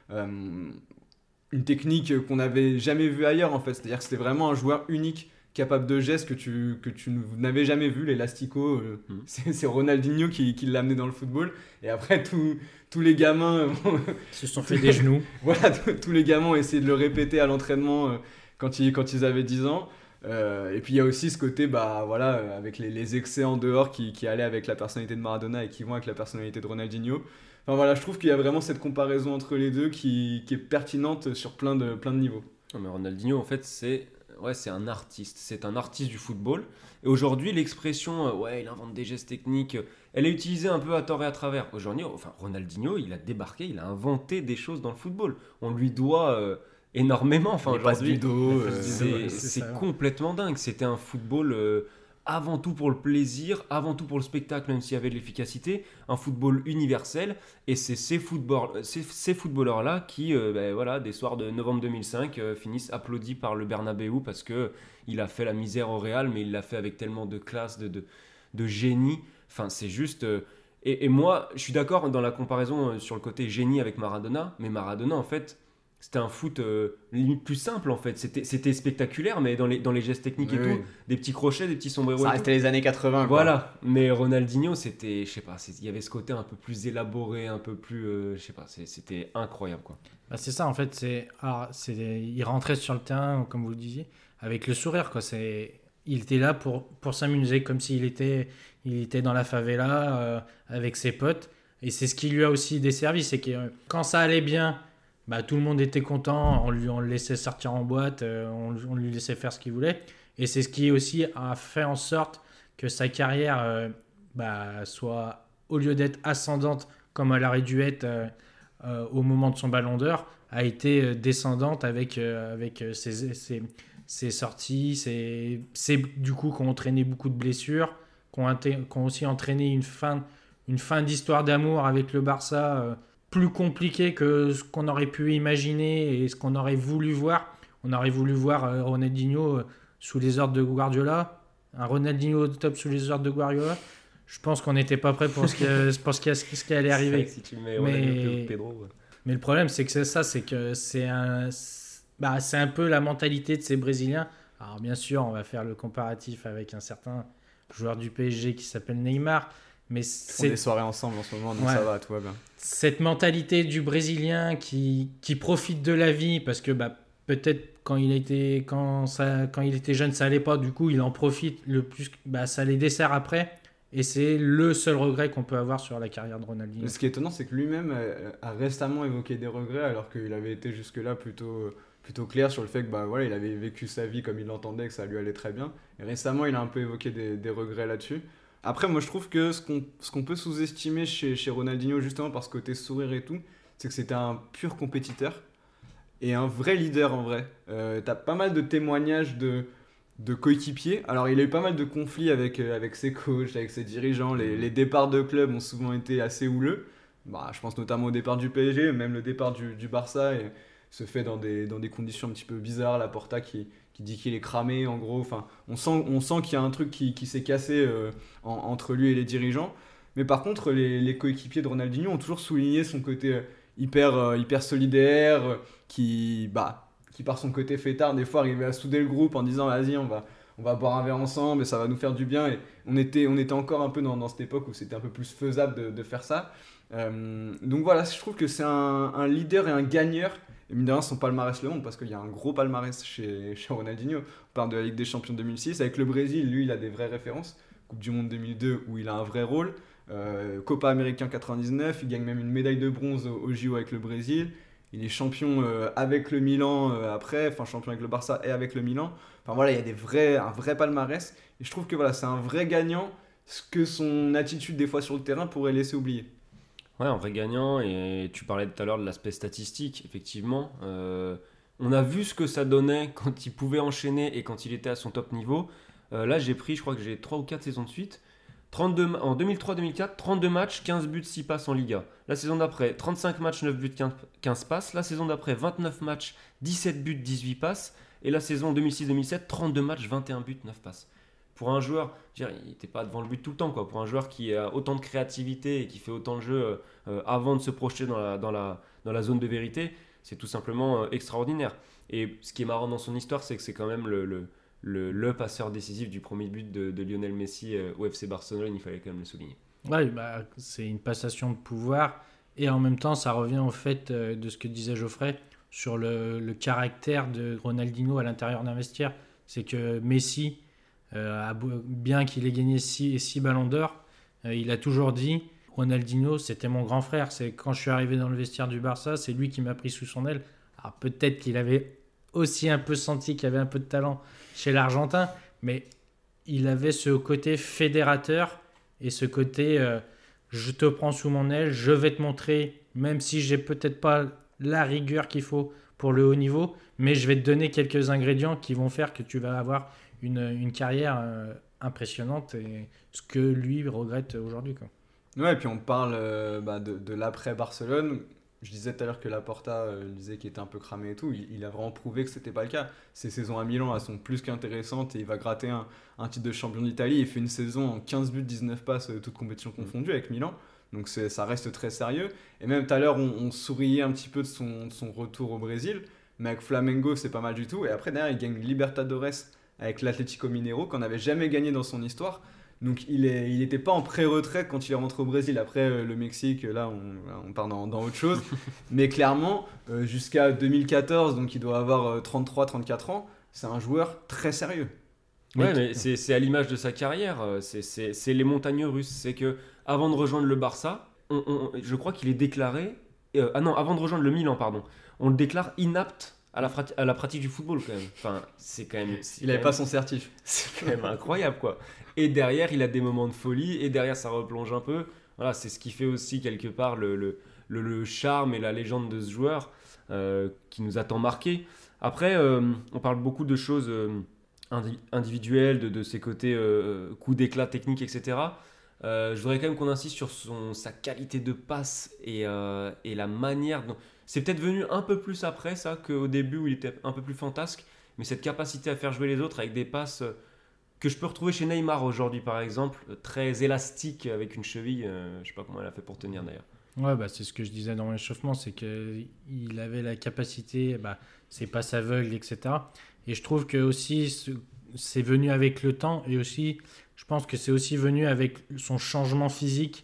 Une technique qu'on n'avait jamais vue ailleurs, en fait. C'est-à-dire que c'était vraiment un joueur unique, capable de gestes que tu n'avais jamais vu, l'élastico. C'est Ronaldinho qui l'a amené dans le football. Et après, tous les gamins... se sont fait des genoux. Voilà, tous les gamins ont essayé de le répéter à l'entraînement quand ils avaient 10 ans. Et puis il y a aussi ce côté avec les excès en dehors qui allaient avec la personnalité de Maradona et qui vont avec la personnalité de Ronaldinho. Enfin voilà, je trouve qu'il y a vraiment cette comparaison entre les deux qui est pertinente sur plein de niveaux. Non, mais Ronaldinho en fait c'est un artiste du football. Et aujourd'hui l'expression il invente des gestes techniques, elle est utilisée un peu à tort et à travers. Aujourd'hui, Ronaldinho, il a débarqué, il a inventé des choses dans le football. On lui doit énormément. Enfin, les passes du dos, c'est complètement dingue. C'était un football avant tout pour le plaisir, avant tout pour le spectacle, même s'il y avait de l'efficacité, un football universel. Et c'est ces footballeurs-là qui, des soirs de novembre 2005, finissent applaudis par le Bernabéu parce qu'il a fait la misère au Real, mais il l'a fait avec tellement de classe, de génie. Enfin, c'est juste... Et moi, je suis d'accord dans la comparaison sur le côté génie avec Maradona, mais Maradona, en fait... C'était un foot limite plus simple en fait. C'était spectaculaire, mais dans les gestes techniques des petits crochets, des petits sombreros. Ça restait les années 80. Voilà. Mais Ronaldinho, c'était, je sais pas, il y avait ce côté un peu plus élaboré, un peu plus, je sais pas, c'était incroyable quoi. C'est ça en fait. Il rentrait sur le terrain, comme vous le disiez, avec le sourire quoi. Il était là pour s'amuser, comme s'il était dans la favela avec ses potes. Et c'est ce qui lui a aussi desservi, c'est que quand ça allait bien. Tout le monde était content, on le laissait sortir en boîte, on lui laissait faire ce qu'il voulait. Et c'est ce qui aussi a fait en sorte que sa carrière soit, au lieu d'être ascendante comme elle aurait dû être au moment de son Ballon d'Or, a été descendante avec ses sorties, du coup qui ont entraîné beaucoup de blessures, qui ont aussi entraîné une fin d'histoire d'amour avec le Barça plus compliqué que ce qu'on aurait pu imaginer et ce qu'on aurait voulu voir. On aurait voulu voir Ronaldinho sous les ordres de Guardiola, un Ronaldinho au top sous les ordres de Guardiola. Je pense qu'on n'était pas prêt pour ce qui allait arriver. Si tu mets Ronaldinho Pedro. Mais le problème, c'est que c'est un peu la mentalité de ces Brésiliens. Alors bien sûr, on va faire le comparatif avec un certain joueur du PSG qui s'appelle Neymar. Mais on fait des soirées ensemble en ce moment, donc ça va, tout va bien. Cette mentalité du Brésilien qui profite de la vie, parce que peut-être quand il était jeune, ça allait pas, du coup il en profite le plus, ça les dessert après. Et c'est le seul regret qu'on peut avoir sur la carrière de Ronaldinho. Ce qui est étonnant, c'est que lui-même a récemment évoqué des regrets, alors qu'il avait été jusque-là plutôt clair sur le fait que il avait vécu sa vie comme il l'entendait, que ça lui allait très bien. Et récemment, il a un peu évoqué des regrets là-dessus. Après, moi, je trouve que ce qu'on peut sous-estimer chez Ronaldinho, justement, par ce côté sourire et tout, c'est que c'était un pur compétiteur et un vrai leader, en vrai. T'as pas mal de témoignages de coéquipiers. Alors, il a eu pas mal de conflits avec ses coachs, avec ses dirigeants. Les départs de clubs ont souvent été assez houleux. Je pense notamment au départ du PSG, même le départ du Barça se fait dans des conditions un petit peu bizarres. La Porta qui dit qu'il est cramé, en gros. Enfin, on sent qu'il y a un truc qui s'est cassé entre lui et les dirigeants. Mais par contre, les coéquipiers de Ronaldinho ont toujours souligné son côté hyper solidaire, qui par son côté fêtard, des fois arrivait à souder le groupe en disant « Vas-y, on va boire un verre ensemble et ça va nous faire du bien ». Et on était encore un peu dans cette époque où c'était un peu plus faisable de faire ça. Donc voilà, je trouve que c'est un leader et un gagneur. Et mine de rien, son palmarès le montre, parce qu'il y a un gros palmarès chez Ronaldinho. On parle de la Ligue des Champions 2006. Avec le Brésil, lui, il a des vraies références. Coupe du Monde 2002, où il a un vrai rôle. Copa Américain 99, il gagne même une médaille de bronze au JO avec le Brésil. Il est champion avec le Milan après, enfin champion avec le Barça et avec le Milan. Enfin voilà, il y a un vrai palmarès. Et je trouve que c'est un vrai gagnant, ce que son attitude des fois sur le terrain pourrait laisser oublier. Ouais, un vrai gagnant, et tu parlais tout à l'heure de l'aspect statistique, effectivement. On a vu ce que ça donnait quand il pouvait enchaîner et quand il était à son top niveau. Là, je crois que j'ai 3 ou 4 saisons de suite. En 2003-2004, 32 matchs, 15 buts, 6 passes en Liga. La saison d'après, 35 matchs, 9 buts, 15 passes. La saison d'après, 29 matchs, 17 buts, 18 passes. Et la saison 2006-2007, 32 matchs, 21 buts, 9 passes. Pour un joueur, il n'était pas devant le but tout le temps, quoi. Pour un joueur qui a autant de créativité et qui fait autant de jeux avant de se projeter dans la zone de vérité, c'est tout simplement extraordinaire. Et ce qui est marrant dans son histoire, c'est que c'est quand même le passeur décisif du premier but de Lionel Messi au FC Barcelone, il fallait quand même le souligner. Ouais, c'est une passation de pouvoir et en même temps ça revient au fait de ce que disait Geoffrey sur le caractère de Ronaldinho à l'intérieur d'un vestiaire. C'est que Messi, bien qu'il ait gagné 6 ballons d'or, il a toujours dit Ronaldinho c'était mon grand frère, c'est quand je suis arrivé dans le vestiaire du Barça, c'est lui qui m'a pris sous son aile. Alors peut-être qu'il avait aussi un peu senti qu'il y avait un peu de talent chez l'Argentin, mais il avait ce côté fédérateur et ce côté je te prends sous mon aile, je vais te montrer, même si j'ai peut-être pas la rigueur qu'il faut pour le haut niveau, mais je vais te donner quelques ingrédients qui vont faire que tu vas avoir une carrière impressionnante, et ce que lui regrette aujourd'hui, quoi. Ouais, et puis on parle de l'après-Barcelone. Je disais tout à l'heure que Laporta disait qu'il était un peu cramé et tout. Il a vraiment prouvé que c'était pas le cas. Ses saisons à Milan, elles sont plus qu'intéressantes et il va gratter un titre de champion d'Italie. Il fait une saison en 15 buts, 19 passes, toutes compétitions confondues avec Milan. Donc ça reste très sérieux. Et même tout à l'heure, on souriait un petit peu de son retour au Brésil. Mais avec Flamengo, c'est pas mal du tout. Et après, derrière, il gagne Libertadores avec l'Atlético Mineiro, qu'on n'avait jamais gagné dans son histoire. Donc il n'était pas en pré-retraite quand il est rentré au Brésil. Après le Mexique, là on part dans autre chose. Mais clairement, jusqu'à 2014, donc il doit avoir 33-34 ans, c'est un joueur très sérieux. Ouais, mais c'est à l'image de sa carrière. C'est les montagnes russes. C'est que avant de rejoindre le Barça, je crois qu'il est déclaré... avant de rejoindre le Milan, pardon. On le déclare inapte à la pratique du football quand même. Enfin, c'est quand même... Il n'avait pas son certif. C'est quand même incroyable, quoi. Et derrière, il a des moments de folie. Et derrière, ça replonge un peu. Voilà, c'est ce qui fait aussi quelque part le charme et la légende de ce joueur qui nous a tant marqué. Après, on parle beaucoup de choses individuelles, de ses côtés coups d'éclat techniques, etc. Je voudrais quand même qu'on insiste sur sa qualité de passe et la manière dont... C'est peut-être venu un peu plus après ça qu'au début où il était un peu plus fantasque, mais cette capacité à faire jouer les autres avec des passes que je peux retrouver chez Neymar aujourd'hui par exemple, très élastique avec une cheville, je sais pas comment elle a fait pour tenir d'ailleurs. Ouais, c'est ce que je disais dans l'échauffement, c'est qu'il avait la capacité, ses passes aveugles, etc. Et je trouve que aussi c'est venu avec le temps, et aussi je pense que c'est aussi venu avec son changement physique,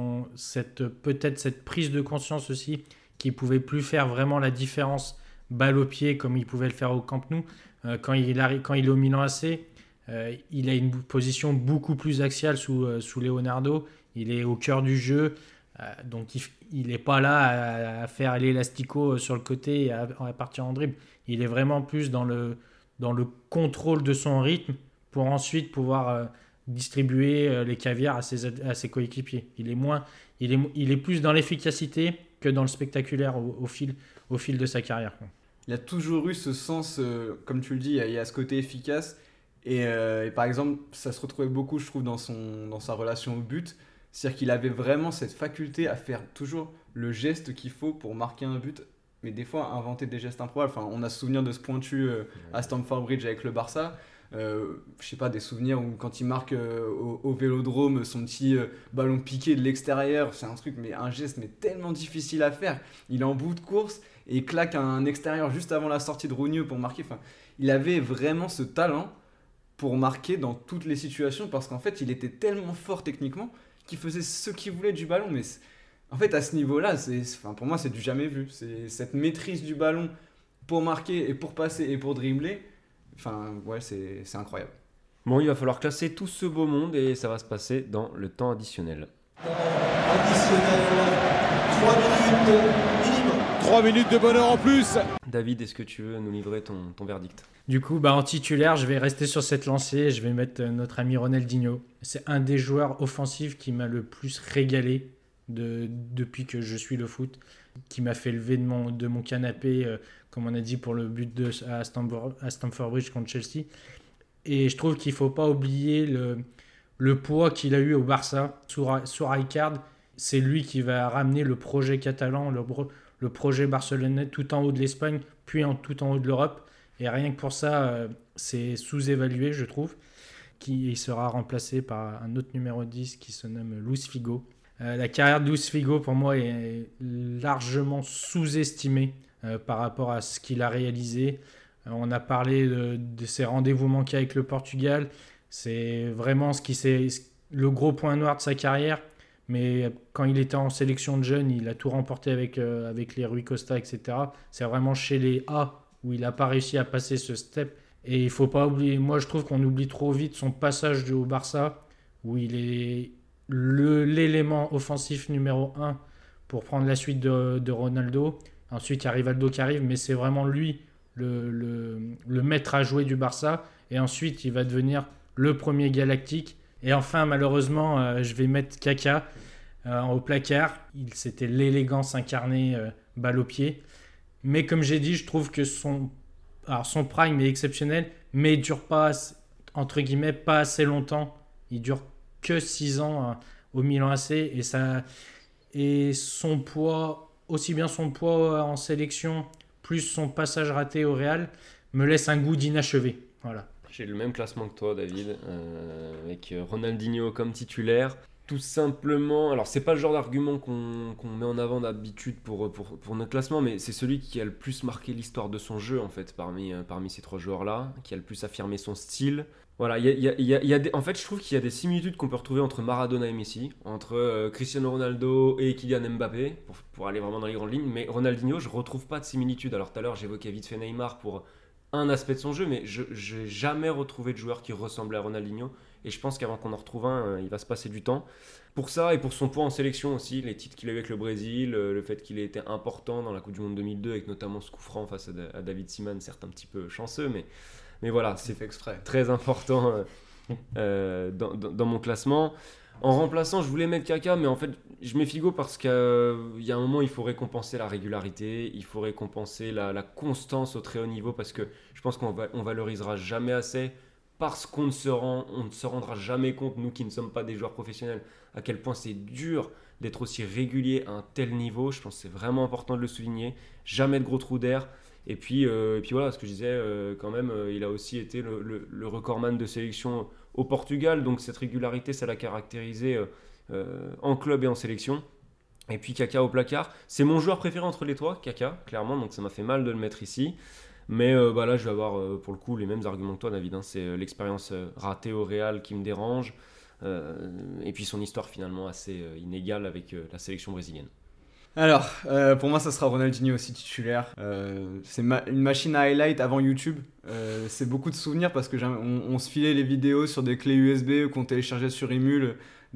peut-être cette prise de conscience aussi, qu'il ne pouvait plus faire vraiment la différence balle au pied comme il pouvait le faire au Camp Nou. Quand il est au Milan AC, il a une position beaucoup plus axiale sous Leonardo. Il est au cœur du jeu, donc il n'est pas là à faire l'élastico sur le côté et à partir en dribble. Il est vraiment plus dans le contrôle de son rythme pour ensuite pouvoir distribuer les caviars à ses coéquipiers. Il est plus dans l'efficacité que dans le spectaculaire au fil de sa carrière. Il a toujours eu ce sens, comme tu le dis, il y a ce côté efficace. Et par exemple, ça se retrouvait beaucoup, je trouve, dans sa relation au but. C'est-à-dire qu'il avait vraiment cette faculté à faire toujours le geste qu'il faut pour marquer un but, mais des fois inventer des gestes improbables. Enfin, on a souvenir de ce pointu à Stamford Bridge avec le Barça. Je sais pas, des souvenirs où quand il marque au Vélodrome son petit ballon piqué de l'extérieur, c'est un geste mais tellement difficile à faire. Il est en bout de course et il claque un extérieur juste avant la sortie de Rougneux pour marquer. Enfin, il avait vraiment ce talent pour marquer dans toutes les situations, parce qu'en fait il était tellement fort techniquement qu'il faisait ce qu'il voulait du ballon. Mais en fait à ce niveau-là, pour moi c'est du jamais vu. C'est cette maîtrise du ballon pour marquer et pour passer et pour dribbler. Enfin, ouais, c'est incroyable. Bon, il va falloir classer tout ce beau monde et ça va se passer dans le temps additionnel. Additionnel, 3 minutes minimum. 3 minutes de bonheur en plus. David, est-ce que tu veux nous livrer ton verdict ? Du coup, en titulaire, je vais rester sur cette lancée. Je vais mettre notre ami Ronaldinho. C'est un des joueurs offensifs qui m'a le plus régalé depuis que je suis le foot, qui m'a fait lever de mon canapé, comme on a dit, pour le but à Stamford Bridge contre Chelsea. Et je trouve qu'il ne faut pas oublier le poids qu'il a eu au Barça sous Rijkaard. C'est lui qui va ramener le projet catalan, le projet barcelonais tout en haut de l'Espagne, puis tout en haut de l'Europe. Et rien que pour ça, c'est sous-évalué, je trouve. Il sera remplacé par un autre numéro 10 qui se nomme Luis Figo. La carrière de Luis Figo, pour moi, est largement sous-estimée par rapport à ce qu'il a réalisé. On a parlé de ses rendez-vous manqués avec le Portugal. C'est vraiment le gros point noir de sa carrière. Mais quand il était en sélection de jeunes, il a tout remporté avec les Rui Costa, etc. C'est vraiment chez les A où il n'a pas réussi à passer ce step. Et il ne faut pas oublier, moi je trouve qu'on oublie trop vite son passage au Barça, où il est l'élément offensif numéro 1 pour prendre la suite de Ronaldo. Ensuite, il y a Rivaldo qui arrive, mais c'est vraiment lui le maître à jouer du Barça. Et ensuite, il va devenir le premier galactique. Et enfin, malheureusement, je vais mettre Kaka au placard. C'était l'élégance incarnée, balle au pied. Mais comme j'ai dit, je trouve que son prime est exceptionnel, mais il ne dure pas, entre guillemets, pas assez longtemps. Il dure que 6 ans au Milan AC. Et son poids, aussi bien son poids en sélection, plus son passage raté au Real, me laisse un goût d'inachevé. Voilà. J'ai le même classement que toi, David, avec Ronaldinho comme titulaire. Tout simplement, alors c'est pas le genre d'argument qu'on met en avant d'habitude pour notre classement, mais c'est celui qui a le plus marqué l'histoire de son jeu en fait parmi ces 3 joueurs-là, qui a le plus affirmé son style. Voilà, en fait je trouve qu'il y a des similitudes qu'on peut retrouver entre Maradona et Messi, entre Cristiano Ronaldo et Kylian Mbappé, pour aller vraiment dans les grandes lignes, mais Ronaldinho, je retrouve pas de similitudes. Alors tout à l'heure j'évoquais vite fait Neymar pour un aspect de son jeu, mais je n'ai jamais retrouvé de joueur qui ressemblait à Ronaldinho. Et je pense qu'avant qu'on en retrouve un, il va se passer du temps. Pour ça et pour son poids en sélection aussi, les titres qu'il a eu avec le Brésil, le fait qu'il ait été important dans la Coupe du Monde 2002, avec notamment ce coup franc face à David Seaman, certes un petit peu chanceux, mais voilà, c'est fait exprès. Très important dans mon classement. En remplaçant, je voulais mettre Kaka, mais en fait, je mets Figo parce qu'il y a un moment, il faut récompenser la régularité, il faut récompenser la constance au très haut niveau, parce que je pense qu'on valorisera jamais assez, parce qu'on ne se rendra jamais compte, nous qui ne sommes pas des joueurs professionnels, à quel point c'est dur d'être aussi régulier à un tel niveau. Je pense que c'est vraiment important de le souligner. Jamais de gros trous d'air. Et puis voilà, ce que je disais, quand même, il a aussi été le recordman de sélection au Portugal. Donc cette régularité, ça l'a caractérisé en club et en sélection. Et puis Kaka au placard. C'est mon joueur préféré entre les trois, Kaka, clairement. Donc ça m'a fait mal de le mettre ici. Mais là, je vais avoir pour le coup les mêmes arguments que toi, David. C'est l'expérience ratée au Real qui me dérange. Et puis son histoire finalement assez inégale avec la sélection brésilienne. Alors, pour moi, ça sera Ronaldinho aussi titulaire. C'est une machine à highlight avant YouTube. C'est beaucoup de souvenirs parce que on se filait les vidéos sur des clés USB qu'on téléchargeait sur Emule,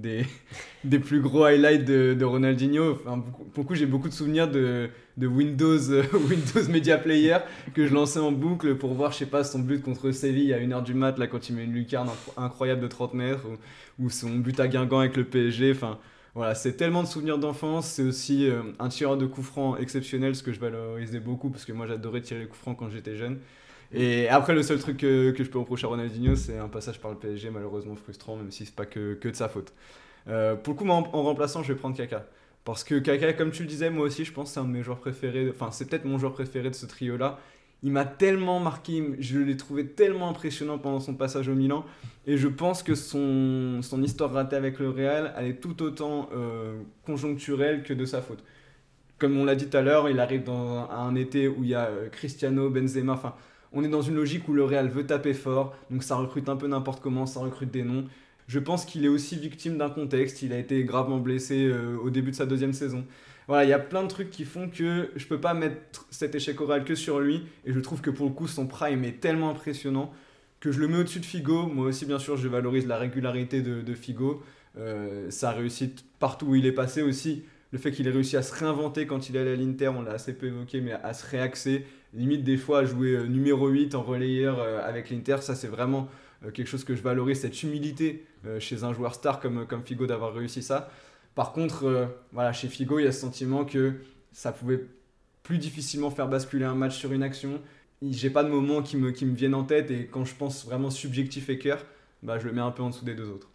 des plus gros highlights de Ronaldinho. Enfin, pour le coup, j'ai beaucoup de souvenirs de Windows Media Player que je lançais en boucle pour voir, je sais pas, son but contre Séville à 1h du mat, là, quand il met une lucarne incroyable de 30 mètres, ou son but à Guingamp avec le PSG. Enfin, voilà, c'est tellement de souvenirs d'enfance. C'est aussi un tireur de coups francs exceptionnel, ce que je valorisais beaucoup parce que moi j'adorais tirer les coups francs quand j'étais jeune. Et après, le seul truc que je peux reprocher à Ronaldinho, c'est un passage par le PSG malheureusement frustrant, même si c'est pas que de sa faute. Pour le coup, en remplaçant, je vais prendre Kaka. Parce que Kaka, comme tu le disais, moi aussi, je pense que c'est un de mes joueurs préférés. Enfin, c'est peut-être mon joueur préféré de ce trio-là. Il m'a tellement marqué, je l'ai trouvé tellement impressionnant pendant son passage au Milan. Et je pense que son histoire ratée avec le Real, elle est tout autant conjoncturelle que de sa faute. Comme on l'a dit tout à l'heure, il arrive dans un été où il y a Cristiano, Benzema. Enfin, on est dans une logique où le Real veut taper fort. Donc ça recrute un peu n'importe comment, ça recrute des noms. Je pense qu'il est aussi victime d'un contexte. Il a été gravement blessé au début de sa 2e saison. Voilà, il y a plein de trucs qui font que je peux pas mettre cet échec au Real que sur lui. Et je trouve que pour le coup, son prime est tellement impressionnant que je le mets au-dessus de Figo. Moi aussi, bien sûr, je valorise la régularité de Figo. Sa réussite partout où il est passé aussi. Le fait qu'il ait réussi à se réinventer quand il est allé à l'Inter, on l'a assez peu évoqué, mais à se réaxer. Limite, des fois, à jouer numéro 8 en relayeur avec l'Inter. Ça, c'est vraiment quelque chose que je valorise, cette humilité chez un joueur star comme Figo d'avoir réussi ça. Par contre, voilà, chez Figo, il y a ce sentiment que ça pouvait plus difficilement faire basculer un match sur une action. J'ai pas de moments qui me viennent en tête et quand je pense vraiment subjectif et cœur, je le mets un peu en dessous des deux autres.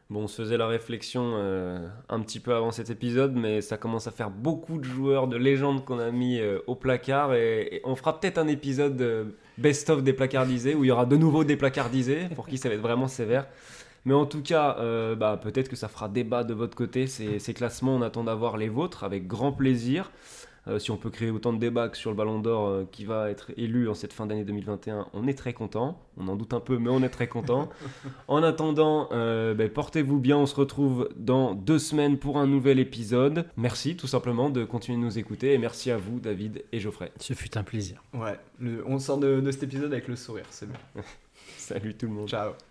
Bon, on se faisait la réflexion un petit peu avant cet épisode, mais ça commence à faire beaucoup de joueurs de légende qu'on a mis au placard et on fera peut-être un épisode best-of des placardisés où il y aura de nouveau des placardisés pour qui ça va être vraiment sévère. Mais en tout cas, peut-être que ça fera débat de votre côté. Ces classements, on attend d'avoir les vôtres avec grand plaisir. Si on peut créer autant de débats que sur le Ballon d'Or qui va être élu en cette fin d'année 2021, on est très content. On en doute un peu, mais on est très content. En attendant, portez-vous bien. On se retrouve dans 2 semaines pour un nouvel épisode. Merci tout simplement de continuer de nous écouter et merci à vous, David et Geoffrey. Ce fut un plaisir. Ouais, on sort de cet épisode avec le sourire, c'est bon. Salut tout le monde. Ciao.